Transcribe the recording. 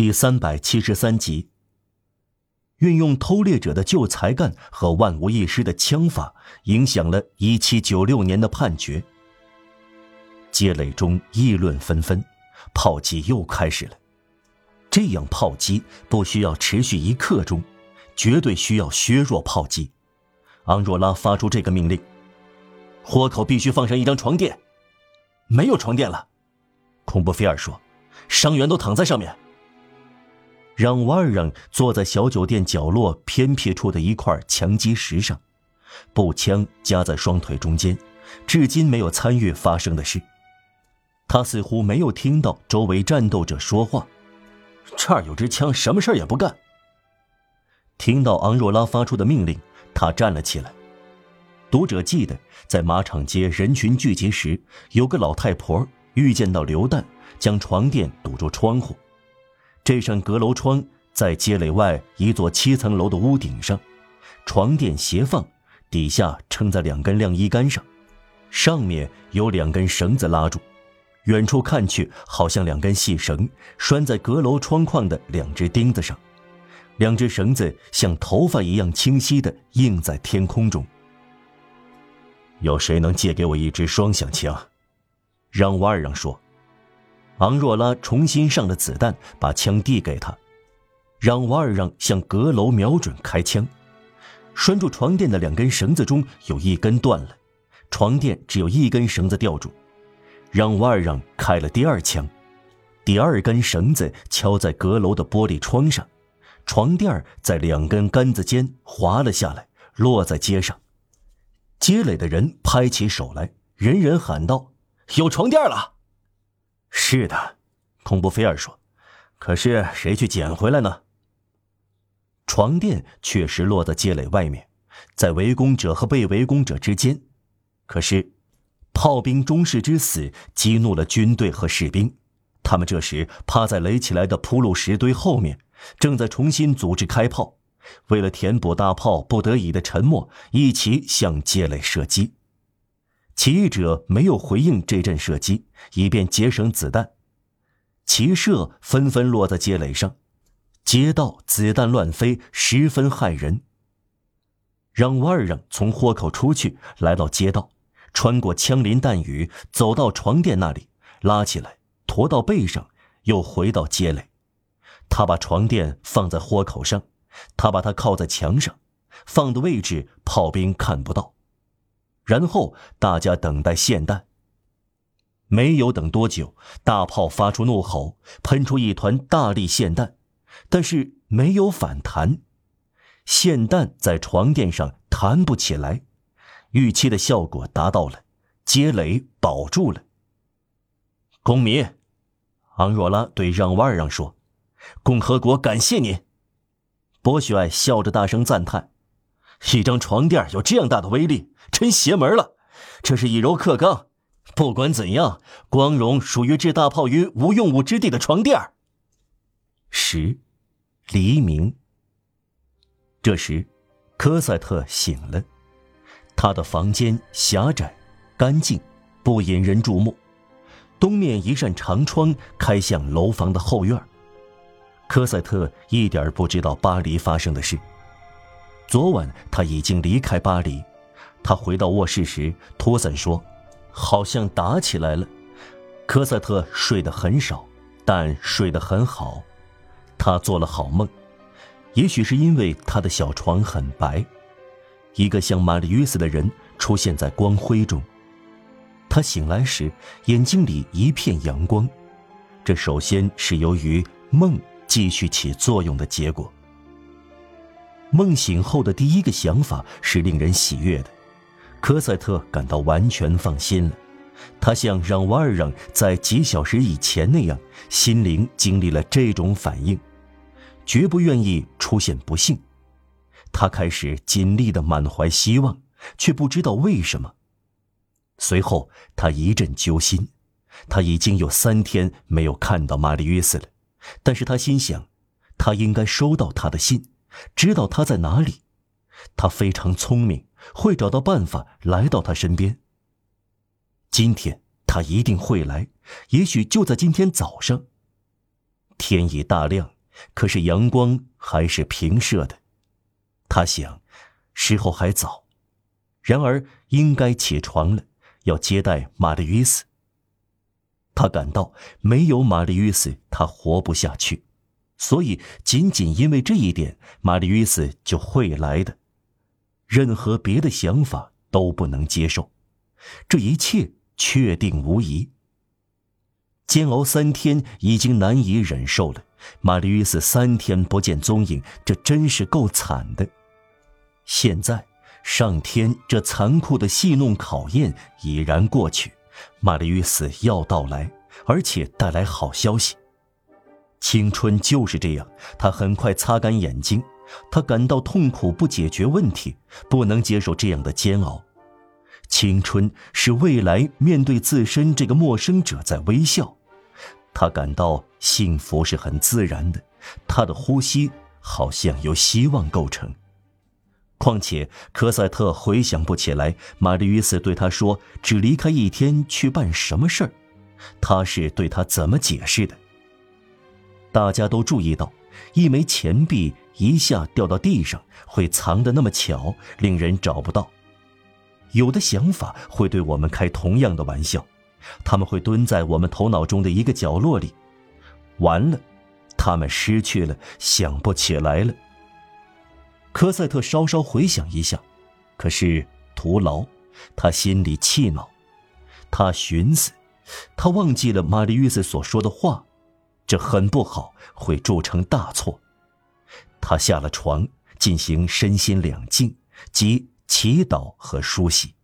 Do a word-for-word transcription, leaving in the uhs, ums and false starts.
第三百七十三集。运用偷猎者的旧才干和万无一失的枪法，影响了一七九六年的判决。街垒中议论纷纷，炮击又开始了。这样炮击不需要持续一刻钟，绝对需要削弱炮击。昂若拉发出这个命令：豁口必须放上一张床垫。没有床垫了，孔布菲尔说，伤员都躺在上面。让瓦尔让坐在小酒店角落偏僻处的一块墙基石上，步枪夹在双腿中间，至今没有参与发生的事。他似乎没有听到周围战斗者说话。这儿有支枪，什么事也不干。听到昂若拉发出的命令，他站了起来。读者记得，在马场街人群聚集时，有个老太婆预见到流弹，将床垫堵住窗户。这扇阁楼窗在街垒外一座七层楼的屋顶上，床垫斜放，底下撑在两根晾衣杆上，上面有两根绳子拉住，远处看去好像两根细绳拴在阁楼窗框的两只钉子上，两只绳子像头发一样清晰地映在天空中。有谁能借给我一支双响枪？让瓦尔让说。昂若拉重新上了子弹，把枪递给他，让瓦尔让向阁楼瞄准开枪。拴住床垫的两根绳子中有一根断了，床垫只有一根绳子吊住。让瓦尔让开了第二枪，第二根绳子敲在阁楼的玻璃窗上，床垫在两根杆子间滑了下来，落在街上。街垒的人拍起手来，人人喊道：有床垫了！是的，孔布菲尔说，可是谁去捡回来呢？床垫确实落在街垒外面，在围攻者和被围攻者之间。可是炮兵中士之死激怒了军队和士兵，他们这时趴在垒起来的铺路石堆后面，正在重新组织开炮，为了填补大炮不得已的沉默，一起向街垒射击。起义者没有回应这阵射击，以便节省子弹。骑射纷纷落在街垒上，街道子弹乱飞，十分骇人。让瓦尔让从豁口出去，来到街道，穿过枪林弹雨，走到床垫那里，拉起来，驮到背上，又回到街垒。他把床垫放在豁口上，他把它靠在墙上，放的位置炮兵看不到。然后大家等待霰弹。没有等多久，大炮发出怒吼，喷出一团大粒霰弹，但是没有反弹。霰弹在床垫上弹不起来，预期的效果达到了，街垒保住了。公民，昂若拉对让瓦尔让说，共和国感谢您。波许艾笑着大声赞叹，一张床垫有这样大的威力，真邪门了！这是以柔克刚。不管怎样，光荣属于置大炮于无用武之地的床垫。十，黎明。这时，科赛特醒了。他的房间狭窄、干净，不引人注目。东面一扇长窗开向楼房的后院。科赛特一点不知道巴黎发生的事。昨晚他已经离开巴黎，他回到卧室时，托森说，好像打起来了。科赛特睡得很少，但睡得很好。他做了好梦，也许是因为他的小床很白。一个像玛丽约斯的人出现在光辉中。他醒来时，眼睛里一片阳光。这首先是由于梦继续起作用的结果。梦醒后的第一个想法是令人喜悦的，科赛特感到完全放心了。他像让瓦尔让在几小时以前那样，心灵经历了这种反应，绝不愿意出现不幸。他开始尽力地满怀希望，却不知道为什么。随后他一阵揪心，他已经有三天没有看到玛丽约斯了，但是他心想，他应该收到他的信，知道他在哪里。他非常聪明，会找到办法来到他身边。今天他一定会来，也许就在今天早上。 天已大亮，可是阳光还是平射的。他想，时候还早，然而应该起床了，要接待玛丽约斯。他感到没有玛丽约斯他活不下去，所以仅仅因为这一点，玛丽约斯就会来的。任何别的想法都不能接受，这一切确定无疑。煎熬三天已经难以忍受了，玛丽约斯三天不见踪影，这真是够惨的。现在上天这残酷的戏弄考验已然过去，玛丽约斯要到来，而且带来好消息。青春就是这样，他很快擦干眼睛，他感到痛苦不解决问题，不能接受这样的煎熬。青春是未来面对自身这个陌生者在微笑，他感到幸福是很自然的，他的呼吸好像由希望构成。况且科赛特回想不起来玛丽约斯对他说只离开一天去办什么事儿，他是对他怎么解释的？大家都注意到，一枚钱币一下掉到地上，会藏得那么巧，令人找不到。有的想法会对我们开同样的玩笑，他们会蹲在我们头脑中的一个角落里。完了，他们失去了，想不起来了。科赛特稍稍回想一下，可是徒劳，他心里气恼。他寻思，他忘记了玛丽约斯所说的话，这很不好，会铸成大错。他下了床，进行身心两静，即祈祷和梳洗。